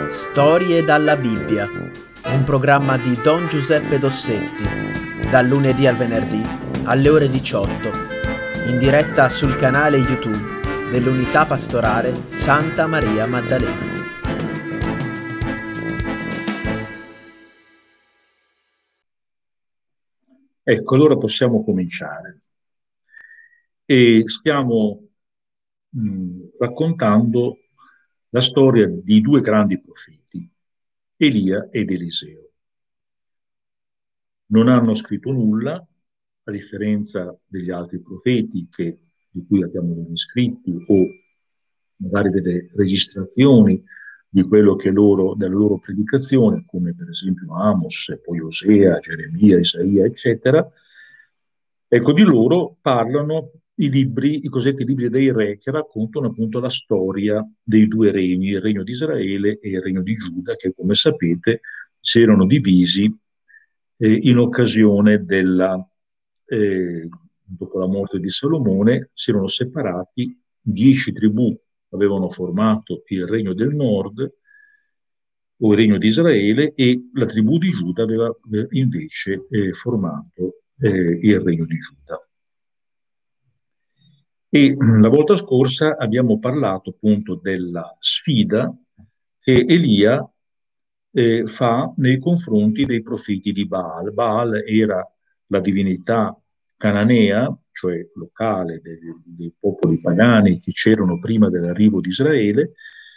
Storie dalla Bibbia, un programma di Don Giuseppe Dossetti, dal lunedì al venerdì alle ore 18, in diretta sul canale YouTube dell'Unità Pastorale Santa Maria Maddalena. Ecco, allora possiamo cominciare. E stiamo raccontando la storia di due grandi profeti, Elia ed Eliseo. Non hanno scritto nulla, a differenza degli altri profeti di cui abbiamo degli scritti o magari delle registrazioni di quello che della loro predicazione, come per esempio Amos, poi Osea, Geremia, Isaia, eccetera. Ecco, di loro parlano i cosiddetti libri dei re, che raccontano appunto la storia dei due regni, il regno di Israele e il regno di Giuda, che come sapete si erano divisi in occasione dopo la morte di Salomone, si erano separati, 10 tribù avevano formato il regno del nord, o il regno di Israele, e la tribù di Giuda aveva invece formato il regno di Giuda. E la volta scorsa abbiamo parlato appunto della sfida che Elia fa nei confronti dei profeti di Baal. Baal era la divinità cananea, cioè locale dei popoli pagani che c'erano prima dell'arrivo di Israele,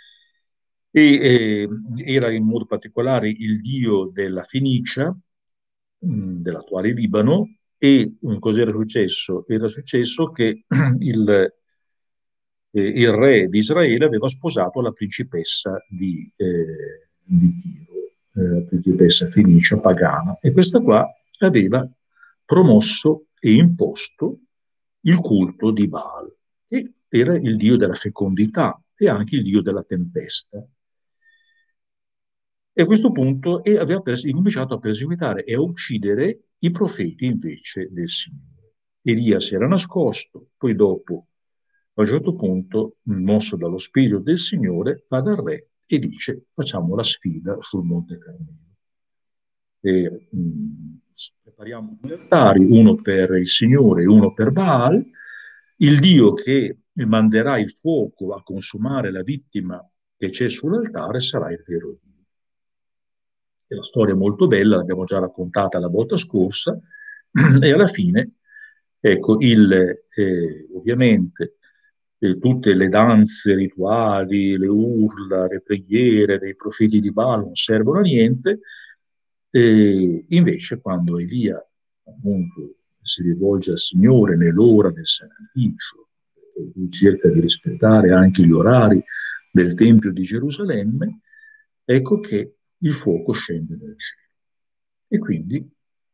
e era in modo particolare il dio della Fenicia, dell'attuale Libano. E cos'era successo? Era successo che il re di Israele aveva sposato la principessa di Tiro, la principessa fenicia pagana, e questa qua aveva promosso e imposto il culto di Baal, che era il dio della fecondità e anche il dio della tempesta. E a questo punto aveva cominciato a perseguitare e a uccidere i profeti invece del Signore. Elia si era nascosto, poi dopo, a un certo punto, mosso dallo spirito del Signore, va dal re e dice: facciamo la sfida sul Monte Carmelo. Prepariamo due altari, uno per il Signore e uno per Baal. Il Dio che manderà il fuoco a consumare la vittima che c'è sull'altare sarà il vero Dio. E la storia è molto bella, l'abbiamo già raccontata la volta scorsa, e alla fine, ecco, ovviamente tutte le danze rituali, le urla, le preghiere dei profeti di Baal non servono a niente. Invece quando Elia appunto si rivolge al Signore nell'ora del sacrificio, lui cerca di rispettare anche gli orari del Tempio di Gerusalemme, ecco che il fuoco scende dal cielo. E quindi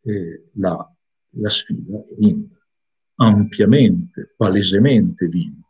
la sfida è vinta, ampiamente, palesemente vinta.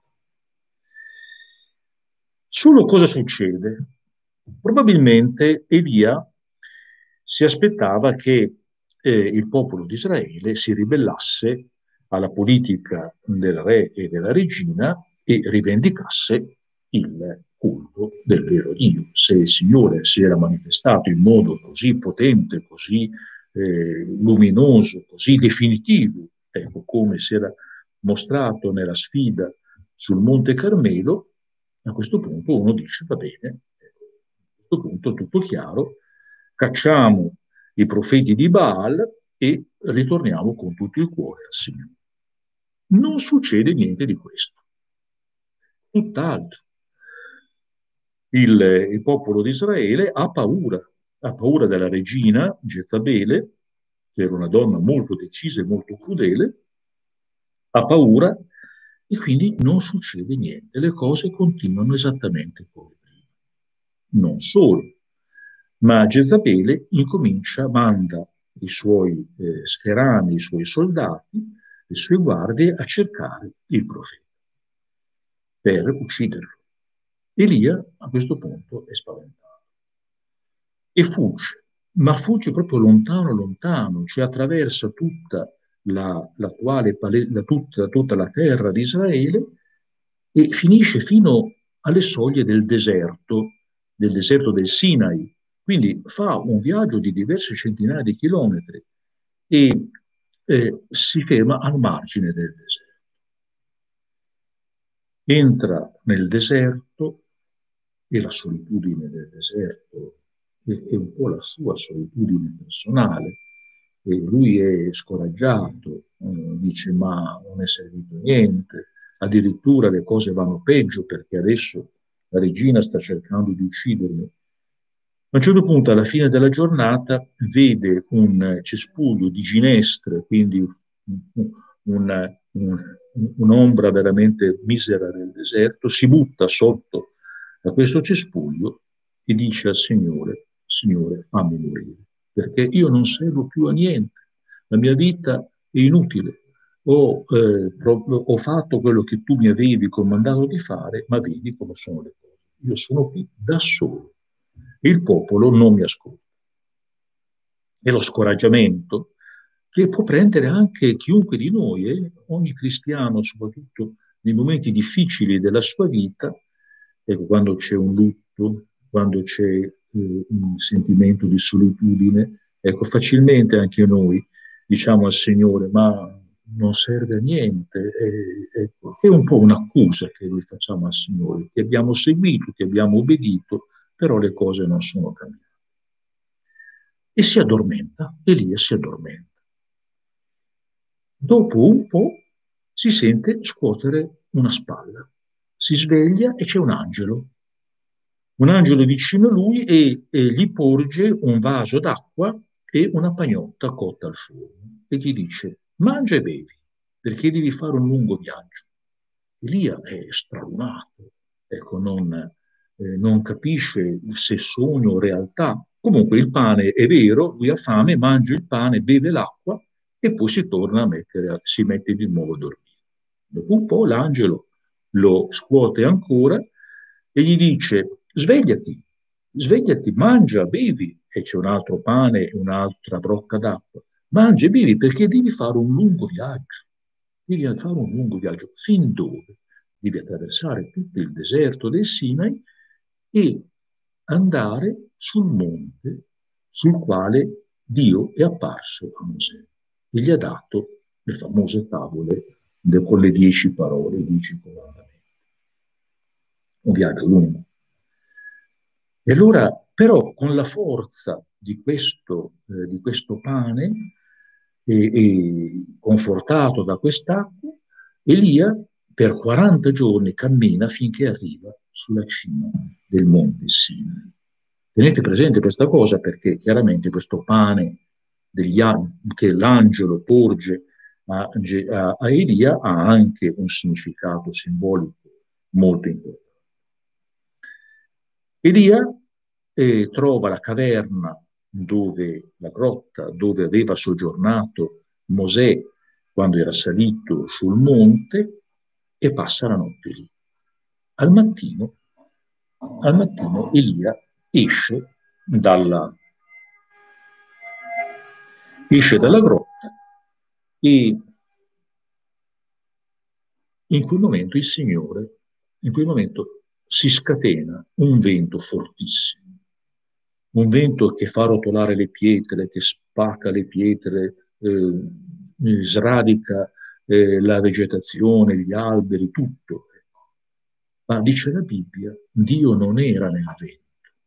Solo cosa succede? Probabilmente Elia si aspettava che il popolo di Israele si ribellasse alla politica del re e della regina e rivendicasse il culto del vero Dio. Se il Signore si era manifestato in modo così potente, così luminoso, così definitivo, ecco, come si era mostrato nella sfida sul Monte Carmelo, a questo punto uno dice: va bene, a questo punto tutto chiaro, cacciamo i profeti di Baal e ritorniamo con tutto il cuore al Signore. Non succede niente di questo. Tutt'altro. Il popolo di Israele ha paura della regina Jezabele, che era una donna molto decisa e molto crudele, ha paura e quindi non succede niente, le cose continuano esattamente come prima. Non solo, ma Jezabele manda i suoi scherani, i suoi soldati, le sue guardie a cercare il profeta per ucciderlo. Elia a questo punto è spaventato e fugge, ma fugge proprio lontano, lontano, cioè attraversa tutta tutta la terra di Israele e finisce fino alle soglie del deserto del deserto del Sinai, quindi fa un viaggio di diverse centinaia di chilometri e si ferma al margine del deserto. Entra nel deserto e la solitudine del deserto è un po' la sua solitudine personale. E lui è scoraggiato, dice ma non è servito a niente, addirittura le cose vanno peggio perché adesso la regina sta cercando di uccidermi. A un certo punto, alla fine della giornata, vede un cespuglio di ginestre, quindi un'ombra veramente misera nel deserto, si butta sotto a questo cespuglio e dice al Signore, Signore, fammi morire, perché io non servo più a niente, la mia vita è inutile. Ho fatto quello che tu mi avevi comandato di fare, ma vedi come sono le cose. Io sono qui da solo e il popolo non mi ascolta. E lo scoraggiamento che può prendere anche chiunque di noi, ogni cristiano, soprattutto nei momenti difficili della sua vita, ecco, quando c'è un lutto, quando c'è un sentimento di solitudine, ecco, facilmente anche noi diciamo al Signore, ma non serve a niente. Ecco, è un po' un'accusa che noi facciamo al Signore, ti abbiamo seguito, ti abbiamo obbedito, però le cose non sono cambiate. E si addormenta, Elia si addormenta. Dopo un po' si sente scuotere una spalla, si sveglia e c'è un angelo vicino a lui e gli porge un vaso d'acqua e una pagnotta cotta al forno e gli dice mangia e bevi perché devi fare un lungo viaggio. Elia è stralunato, ecco, non capisce se sogno o realtà. Comunque il pane è vero, lui ha fame, mangia il pane, beve l'acqua e poi si torna si mette di nuovo a dormire. Dopo un po' l'angelo lo scuote ancora e gli dice svegliati, svegliati, mangia, bevi. E c'è un altro pane e un'altra brocca d'acqua. Mangia e bevi perché devi fare un lungo viaggio. Devi fare un lungo viaggio. Fin dove? Devi attraversare tutto il deserto del Sinai e andare sul monte sul quale Dio è apparso a Mosè e gli ha dato le famose tavole con le 10 parole, i 10 comandamenti. Un viaggio lungo. E allora, però, con la forza di questo pane e confortato da quest'acqua, Elia per 40 giorni cammina finché arriva sulla cima del monte Sinai. Tenete presente questa cosa perché chiaramente questo pane che l'angelo porge a Elia ha anche un significato simbolico molto importante. Elia trova la caverna la grotta dove aveva soggiornato Mosè quando era salito sul monte e passa la notte lì. Al mattino Elia esce dalla grotta e in quel momento si scatena un vento fortissimo, un vento che fa rotolare le pietre, che spacca le pietre, sradica la vegetazione, gli alberi, tutto. Ma dice la Bibbia, Dio non era nel vento.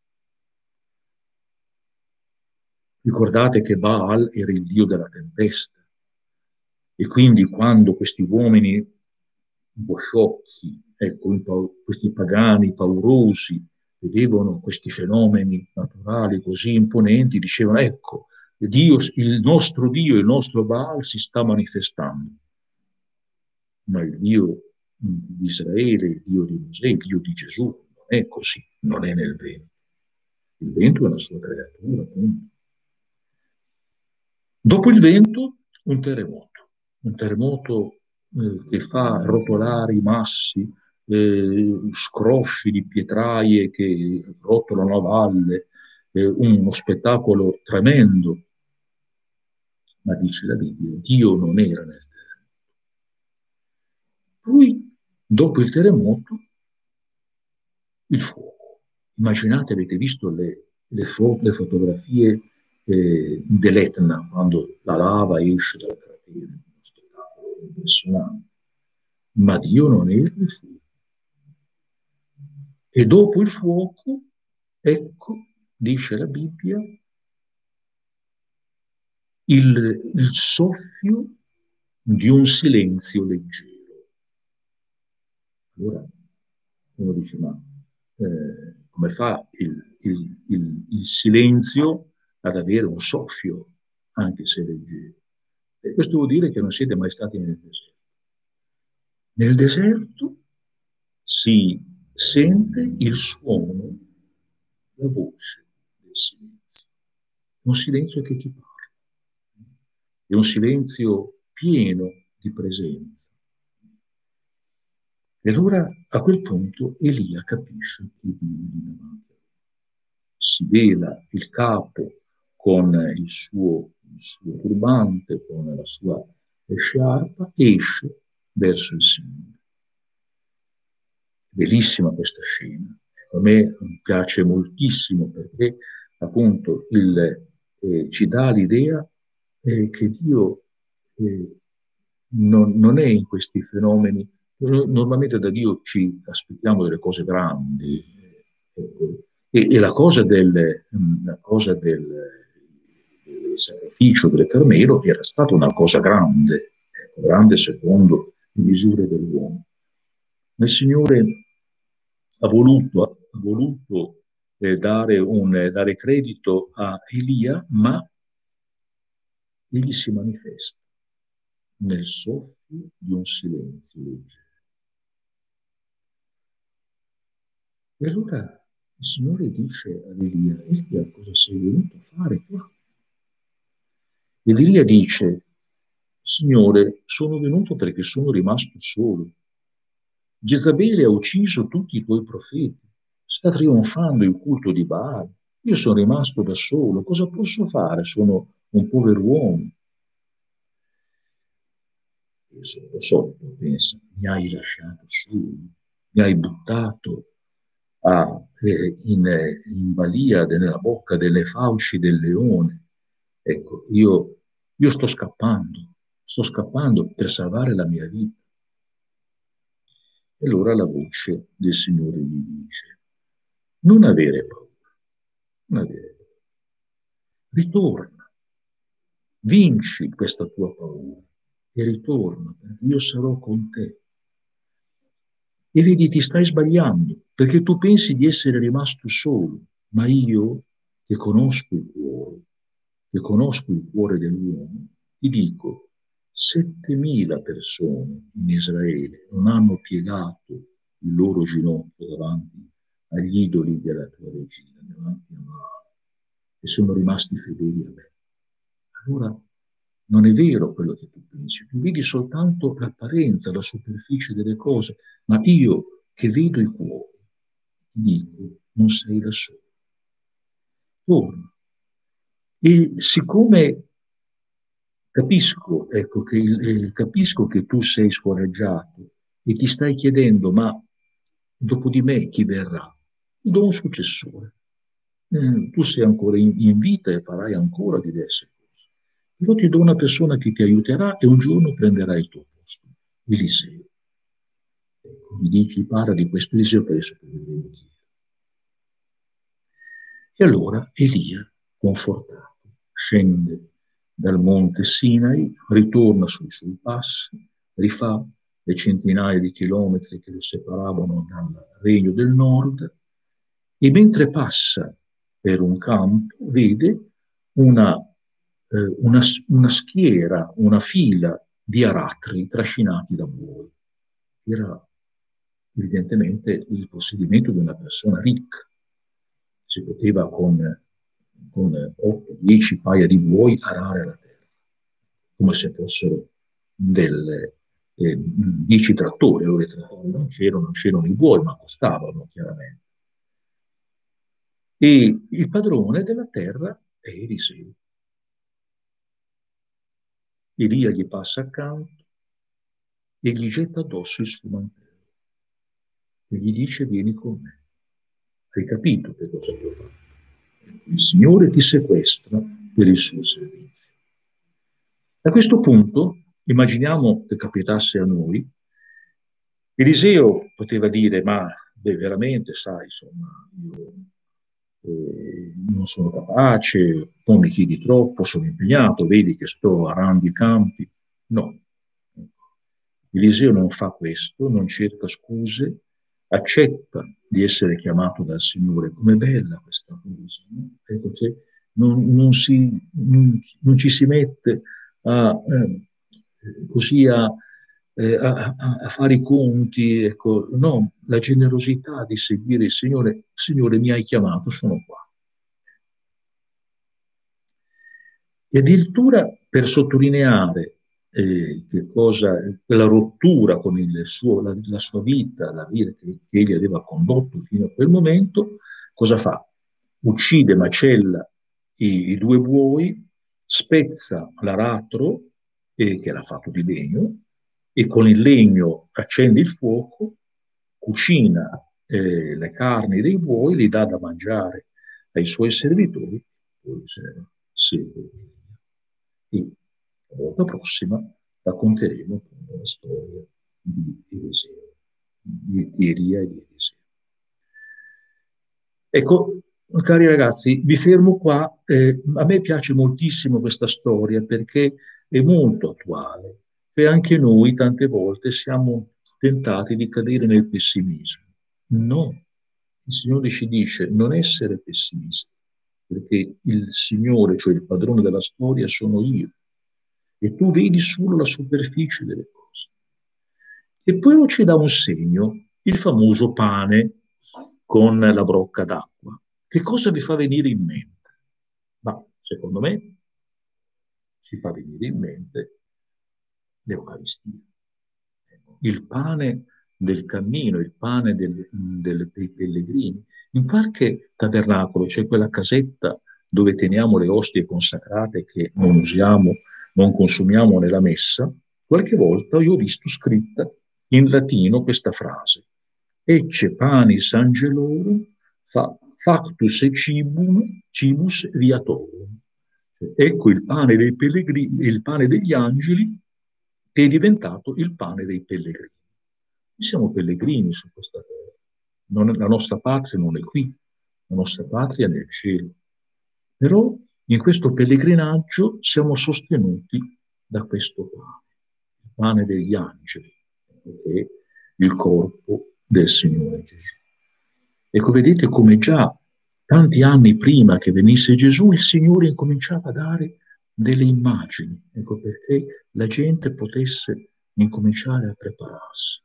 Ricordate che Baal era il dio della tempesta e quindi quando questi uomini un po' sciocchi, ecco, questi pagani paurosi, vedevano questi fenomeni naturali così imponenti, dicevano, ecco, Dio, il nostro Dio, il nostro Baal si sta manifestando. Ma il Dio di Israele, il Dio di Mosè, il Dio di Gesù, non è così, non è nel vento. Il vento è una sua creatura, appunto. Dopo il vento, un terremoto che fa rotolare i massi, scrosci di pietraie che rotolano a valle, uno spettacolo tremendo. Ma dice la Bibbia, Dio non era nel terremoto. Poi, dopo il terremoto, il fuoco. Immaginate, avete visto le fotografie dell'Etna, quando la lava esce dal cratere, uno spettacolo impressionante. Ma Dio non è il fuoco. E dopo il fuoco, ecco, dice la Bibbia, il soffio di un silenzio leggero. Allora uno dice, ma come fa il silenzio ad avere un soffio, anche se leggero? E questo vuol dire che non siete mai stati nel deserto. Nel deserto si sente il suono, la voce del silenzio. Un silenzio che ti parla. È un silenzio pieno di presenza. E allora a quel punto Elia capisce che Dio è davanti. Si vela il capo con il suo turbante, con la sua sciarpa, esce verso il Signore. Bellissima questa scena. A me piace moltissimo perché appunto ci dà l'idea che Dio non è in questi fenomeni. Normalmente da Dio ci aspettiamo delle cose grandi, ecco. E del sacrificio del Carmelo era stata una cosa grande, ecco, grande secondo le misure dell'uomo. Il Signore ha voluto dare credito a Elia, ma egli si manifesta nel soffio di un silenzio leggero. E allora il Signore dice ad Elia, Elia, cosa sei venuto a fare qua? Ed Elia dice, Signore, sono venuto perché sono rimasto solo. Jezabele ha ucciso tutti i tuoi profeti, sta trionfando il culto di Baal. Io sono rimasto da solo, cosa posso fare? Sono un pover'uomo. Lo so, pensa, mi hai lasciato solo, mi hai buttato in balia nella bocca delle fauci del leone. Ecco, io sto scappando per salvare la mia vita. E allora la voce del Signore gli dice, non avere paura, non avere paura. Ritorna, vinci questa tua paura e ritorna, perché io sarò con te. E vedi, ti stai sbagliando, perché tu pensi di essere rimasto solo, ma io, che conosco il cuore dell'uomo, ti dico, 7.000 persone in Israele non hanno piegato il loro ginocchio davanti agli idoli della tua regina, davanti a Baal, e sono rimasti fedeli a me. Allora non è vero quello che tu pensi, tu vedi soltanto l'apparenza, la superficie delle cose, ma io che vedo il cuore, ti dico, non sei da solo. Torna. E siccome capisco, ecco, capisco che tu sei scoraggiato e ti stai chiedendo, ma dopo di me chi verrà? Ti do un successore. Tu sei ancora in vita e farai ancora diverse cose. Però ti do una persona che ti aiuterà e un giorno prenderà il tuo posto, Eliseo. Ecco, parla di questo Eliseo che adesso vedremo chi è. E allora Elia, confortato, scende dal monte Sinai, ritorna sui suoi passi, rifà le centinaia di chilometri che lo separavano dal regno del nord e mentre passa per un campo vede una, una schiera, una fila di aratri trascinati da buoi. Era evidentemente il possedimento di una persona ricca. Si poteva con 8-10 paia di buoi arare la terra, come se fossero 10 trattori. Allora i trattori non c'erano i buoi, ma costavano chiaramente. E il padrone della terra è Eliseo. Elia gli passa accanto e gli getta addosso il suo mantello e gli dice vieni con me. hai capito che cosa ti ho fatto? Il Signore ti sequestra per il suo servizio. A questo punto, immaginiamo che capitasse a noi, Eliseo poteva dire, ma beh, veramente, sai, insomma, io non sono capace, poi mi chiedi troppo, sono impegnato, vedi che sto arando i campi. No. Eliseo non fa questo, non cerca scuse, accetta di essere chiamato dal Signore. Com'è bella questa cosa, no? Ecco, cioè, non ci si mette a, così a fare i conti, ecco. No, la generosità di seguire il Signore. Signore, mi hai chiamato, sono qua. E addirittura per sottolineare che cosa, la rottura con la sua vita, la vita che egli aveva condotto fino a quel momento, cosa fa? Uccide, macella i due buoi, spezza l'aratro, che era fatto di legno, e con il legno accende il fuoco, cucina le carni dei buoi, li dà da mangiare ai suoi servitori, poi se e la volta prossima racconteremo la storia di Eliseo, di Elia e di Eliseo. Ecco, cari ragazzi, vi fermo qua. A me piace moltissimo questa storia perché è molto attuale. E anche noi tante volte siamo tentati di cadere nel pessimismo. No, il Signore ci dice non essere pessimisti, perché il Signore, cioè il padrone della storia, sono io. E tu vedi solo la superficie delle cose. E poi ci dà un segno, il famoso pane con la brocca d'acqua. Che cosa vi fa venire in mente? Ma secondo me ci fa venire in mente l'Eucaristia. Il pane del cammino, il pane dei pellegrini. In qualche tabernacolo c'è quella casetta dove teniamo le ostie consacrate che non usiamo, non consumiamo nella messa. Qualche volta io ho visto scritta in latino questa frase: Ecce panis angelorum factus e cibus viatorum. Ecco il pane dei pellegrini, il pane degli angeli che è diventato il pane dei pellegrini. Noi siamo pellegrini su questa terra. La nostra patria non è qui, la nostra patria è nel cielo. Però in questo pellegrinaggio siamo sostenuti da questo pane, il pane degli angeli, che è il corpo del Signore Gesù. Ecco, vedete come già tanti anni prima che venisse Gesù, il Signore incominciava a dare delle immagini, ecco, perché la gente potesse incominciare a prepararsi.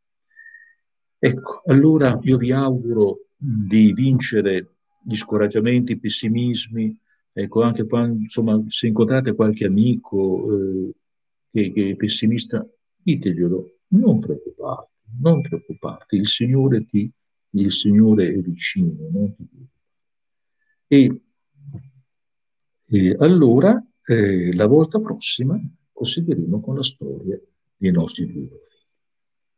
Ecco, allora io vi auguro di vincere gli scoraggiamenti, i pessimismi, ecco, anche quando, insomma, se incontrate qualche amico che è pessimista, diteglielo, non preoccuparti, non preoccuparti, il Signore è vicino, non ti preoccupare. E allora, la volta prossima, proseguiremo con la storia dei nostri due profeti.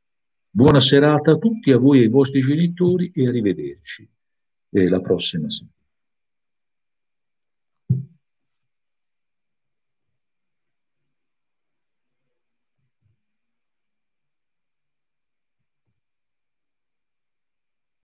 Buona serata a tutti, a voi e ai vostri genitori, e arrivederci la prossima settimana.